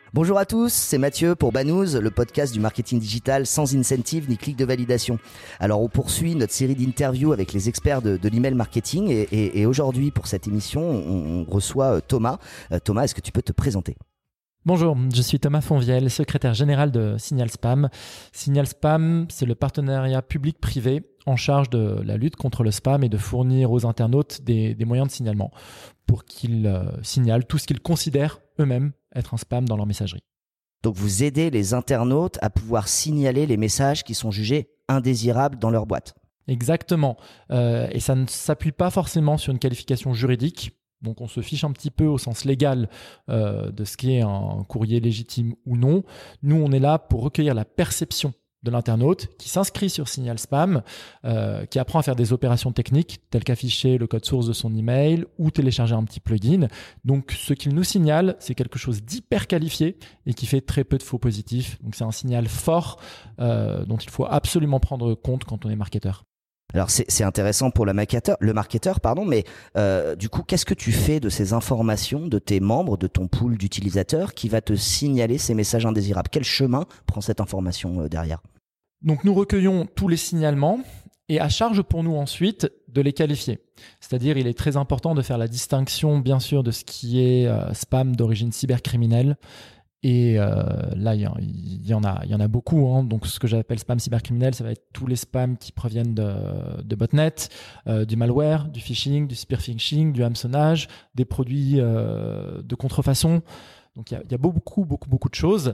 Bonjour à tous, c'est Mathieu pour Banous, le podcast du marketing digital sans incentive ni clic de validation. Alors on poursuit notre série d'interviews avec les experts de l'email marketing et aujourd'hui pour cette émission on reçoit Thomas. Thomas, est-ce que tu peux te présenter ? Bonjour, je suis Thomas Fonvielle, secrétaire général de Signal Spam. Signal Spam, c'est le partenariat public-privé en charge de la lutte contre le spam et de fournir aux internautes des moyens de signalement pour qu'ils signalent tout ce qu'ils considèrent eux-mêmes être un spam dans leur messagerie. Donc vous aidez les internautes à pouvoir signaler les messages qui sont jugés indésirables dans leur boîte. Exactement, et ça ne s'appuie pas forcément sur une qualification juridique. Donc on se fiche un petit peu au sens légal de ce qui est un courrier légitime ou non. Nous, on est là pour recueillir la perception de l'internaute qui s'inscrit sur Signal Spam, qui apprend à faire des opérations techniques telles qu'afficher le code source de son email ou télécharger un petit plugin. Donc ce qu'il nous signale, c'est quelque chose d'hyper qualifié et qui fait très peu de faux positifs. Donc c'est un signal fort dont il faut absolument prendre compte quand on est marketeur. Alors c'est intéressant pour le marketeur, mais du coup, qu'est-ce que tu fais de ces informations de tes membres, de ton pool d'utilisateurs qui va te signaler ces messages indésirables ? Quel chemin prend cette information derrière ? Donc nous recueillons tous les signalements et à charge pour nous ensuite de les qualifier. C'est-à-dire il est très important de faire la distinction bien sûr de ce qui est spam d'origine cybercriminelle. Et là, il y en a beaucoup. Hein. Donc, ce que j'appelle spam cybercriminel, ça va être tous les spams qui proviennent de botnets, du malware, du phishing, du spearphishing, du hameçonnage, des produits de contrefaçon. Donc, il y a beaucoup de choses.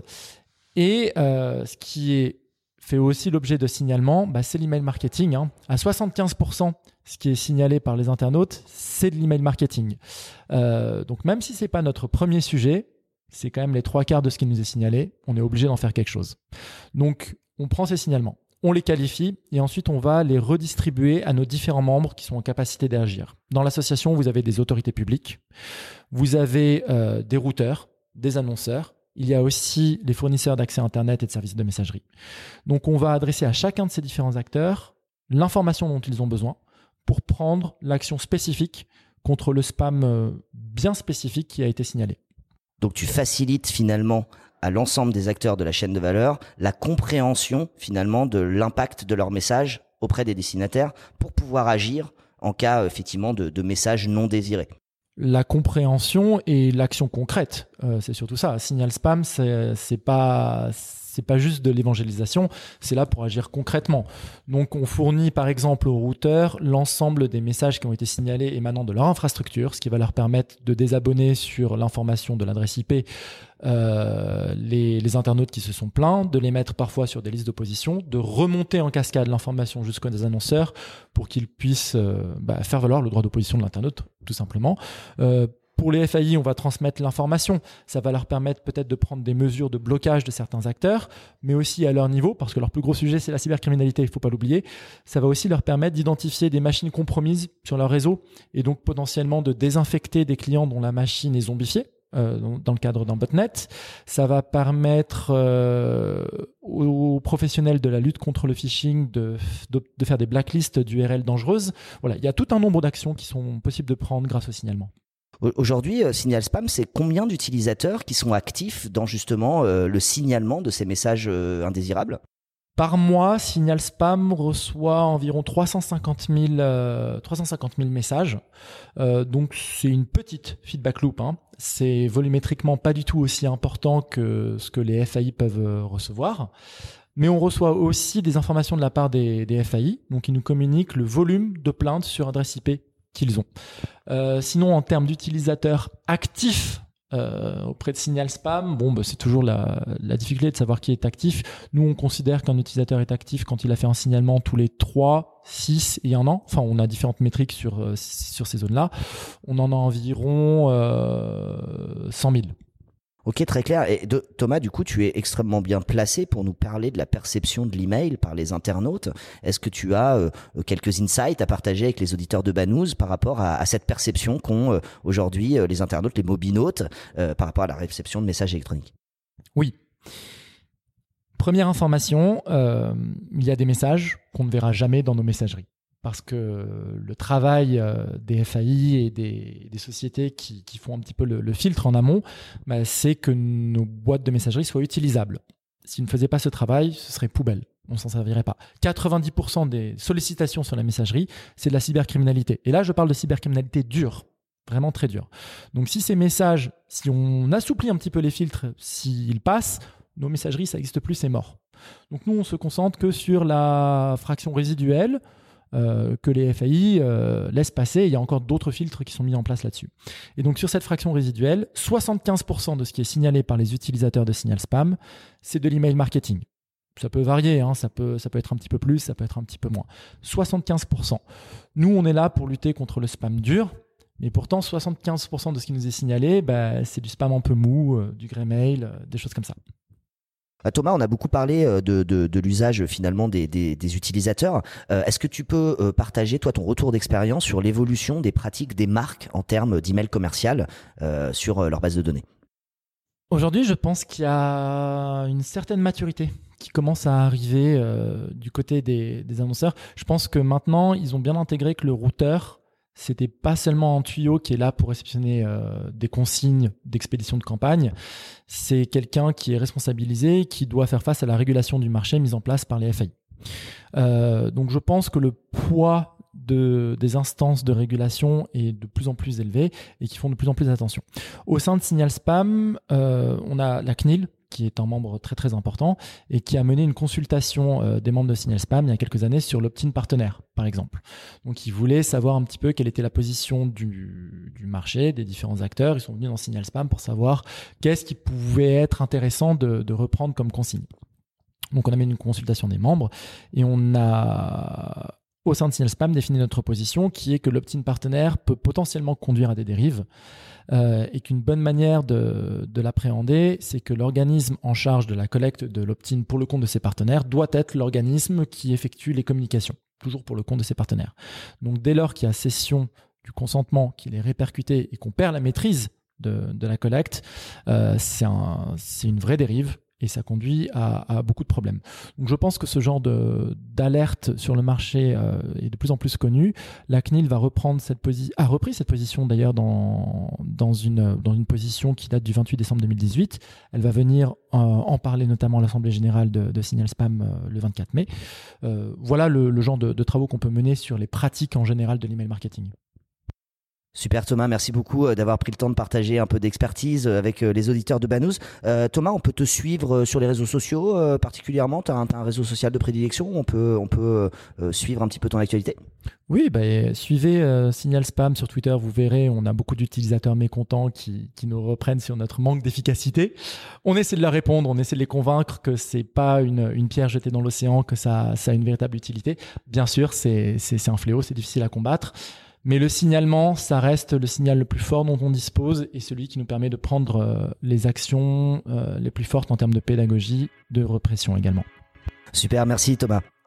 Et ce qui fait aussi l'objet de signalement, c'est l'email marketing. Hein. À 75%, ce qui est signalé par les internautes, c'est de l'email marketing. Donc, même si c'est pas notre premier sujet, c'est quand même les 3/4 de ce qui nous est signalé, on est obligé d'en faire quelque chose. Donc, on prend ces signalements, on les qualifie et ensuite on va les redistribuer à nos différents membres qui sont en capacité d'agir. Dans l'association, vous avez des autorités publiques, vous avez des routeurs, des annonceurs, il y a aussi les fournisseurs d'accès Internet et de services de messagerie. Donc, on va adresser à chacun de ces différents acteurs l'information dont ils ont besoin pour prendre l'action spécifique contre le spam bien spécifique qui a été signalé. Donc tu facilites finalement à l'ensemble des acteurs de la chaîne de valeur la compréhension finalement de l'impact de leur message auprès des destinataires pour pouvoir agir en cas effectivement de messages non désirés. La compréhension et l'action concrète, c'est surtout ça. Signal Spam, c'est pas juste de l'évangélisation, c'est là pour agir concrètement. Donc on fournit par exemple aux routeurs l'ensemble des messages qui ont été signalés émanant de leur infrastructure, ce qui va leur permettre de désabonner sur l'information de l'adresse IP les internautes qui se sont plaints, de les mettre parfois sur des listes d'opposition, de remonter en cascade l'information jusqu'aux annonceurs pour qu'ils puissent faire valoir le droit d'opposition de l'internaute, tout simplement. Pour les FAI, on va transmettre l'information. Ça va leur permettre peut-être de prendre des mesures de blocage de certains acteurs, mais aussi à leur niveau, parce que leur plus gros sujet, c'est la cybercriminalité, il ne faut pas l'oublier. Ça va aussi leur permettre d'identifier des machines compromises sur leur réseau et donc potentiellement de désinfecter des clients dont la machine est zombifiée. Dans le cadre d'un botnet. Ça va permettre aux professionnels de la lutte contre le phishing de faire des blacklists d'URL dangereuses. Voilà, il y a tout un nombre d'actions qui sont possibles de prendre grâce au signalement. Aujourd'hui, Signal Spam, c'est combien d'utilisateurs qui sont actifs dans justement le signalement de ces messages indésirables ? Par mois, Signal Spam reçoit environ 350 000 messages. Donc, c'est une petite feedback loop. Hein. C'est volumétriquement pas du tout aussi important que ce que les FAI peuvent recevoir. Mais on reçoit aussi des informations de la part des FAI. Donc, ils nous communiquent le volume de plaintes sur adresse IP qu'ils ont. Sinon, en termes d'utilisateurs actifs, auprès de Signal Spam, c'est toujours la difficulté de savoir qui est actif. Nous, on considère qu'un utilisateur est actif quand il a fait un signalement tous les 3, 6 et 1 an. Enfin, on a différentes métriques sur ces zones-là. On en a environ 100 000. Ok, très clair. Et Thomas, du coup, tu es extrêmement bien placé pour nous parler de la perception de l'email par les internautes. Est-ce que tu as quelques insights à partager avec les auditeurs de Banous par rapport à cette perception qu'ont aujourd'hui les internautes, les mobinautes, par rapport à la réception de messages électroniques ? Oui. Première information, il y a des messages qu'on ne verra jamais dans nos messageries. parce que le travail des FAI et des sociétés qui font un petit peu le filtre en amont, c'est que nos boîtes de messagerie soient utilisables. S'ils ne faisaient pas ce travail, ce serait poubelle. On ne s'en servirait pas. 90% des sollicitations sur la messagerie, c'est de la cybercriminalité. Et là, je parle de cybercriminalité dure, vraiment très dure. Donc si ces messages, si on assouplit un petit peu les filtres, s'ils passent, nos messageries, ça n'existe plus, c'est mort. Donc nous, on se concentre que sur la fraction résiduelle que les FAI laissent passer. Il y a encore d'autres filtres qui sont mis en place là-dessus. Et donc sur cette fraction résiduelle, 75% de ce qui est signalé par les utilisateurs de Signal Spam, c'est de l'email marketing. Ça peut varier, ça peut être un petit peu plus, ça peut être un petit peu moins. 75%. Nous, on est là pour lutter contre le spam dur, mais pourtant 75% de ce qui nous est signalé, c'est du spam un peu mou, du grey mail, des choses comme ça. Thomas, on a beaucoup parlé de l'usage finalement des utilisateurs. Est-ce que tu peux partager toi ton retour d'expérience sur l'évolution des pratiques des marques en termes d'email commercial sur leur base de données? Aujourd'hui, je pense qu'il y a une certaine maturité qui commence à arriver du côté des annonceurs. Je pense que maintenant, ils ont bien intégré que le routeur, c'était pas seulement un tuyau qui est là pour réceptionner des consignes d'expédition de campagne. C'est quelqu'un qui est responsabilisé, qui doit faire face à la régulation du marché mise en place par les FAI. Donc je pense que le poids des instances de régulation est de plus en plus élevé et qui font de plus en plus attention. Au sein de Signal Spam, on a la CNIL, qui est un membre très très important et qui a mené une consultation des membres de Signal Spam il y a quelques années sur l'opt-in partenaire, par exemple. Donc ils voulaient savoir un petit peu quelle était la position du marché, des différents acteurs. Ils sont venus dans Signal Spam pour savoir qu'est-ce qui pouvait être intéressant de reprendre comme consigne. Donc on a mené une consultation des membres et on a, au sein de Signal Spam, défini notre position qui est que l'opt-in partenaire peut potentiellement conduire à des dérives et qu'une bonne manière de l'appréhender, c'est que l'organisme en charge de la collecte de l'opt-in pour le compte de ses partenaires doit être l'organisme qui effectue les communications, toujours pour le compte de ses partenaires. Donc dès lors qu'il y a cession du consentement, qu'il est répercuté et qu'on perd la maîtrise de la collecte, c'est une vraie dérive. Et ça conduit à beaucoup de problèmes. Donc je pense que ce genre d'alerte sur le marché est de plus en plus connu. La CNIL va a repris cette position d'ailleurs dans une position qui date du 28 décembre 2018. Elle va venir en parler notamment à l'Assemblée générale de Signal Spam le 24 mai. Voilà le genre de travaux qu'on peut mener sur les pratiques en général de l'email marketing. Super Thomas, merci beaucoup d'avoir pris le temps de partager un peu d'expertise avec les auditeurs de Banous. Thomas, on peut te suivre sur les réseaux sociaux particulièrement? Tu as un réseau social de prédilection? On peut suivre un petit peu ton actualité? Oui, suivez Signal Spam sur Twitter, vous verrez, on a beaucoup d'utilisateurs mécontents qui nous reprennent sur notre manque d'efficacité. On essaie de leur répondre, on essaie de les convaincre que c'est pas une pierre jetée dans l'océan, que ça a une véritable utilité. Bien sûr, c'est un fléau, c'est difficile à combattre. Mais le signalement, ça reste le signal le plus fort dont on dispose et celui qui nous permet de prendre les actions les plus fortes en termes de pédagogie, de répression également. Super, merci Thomas.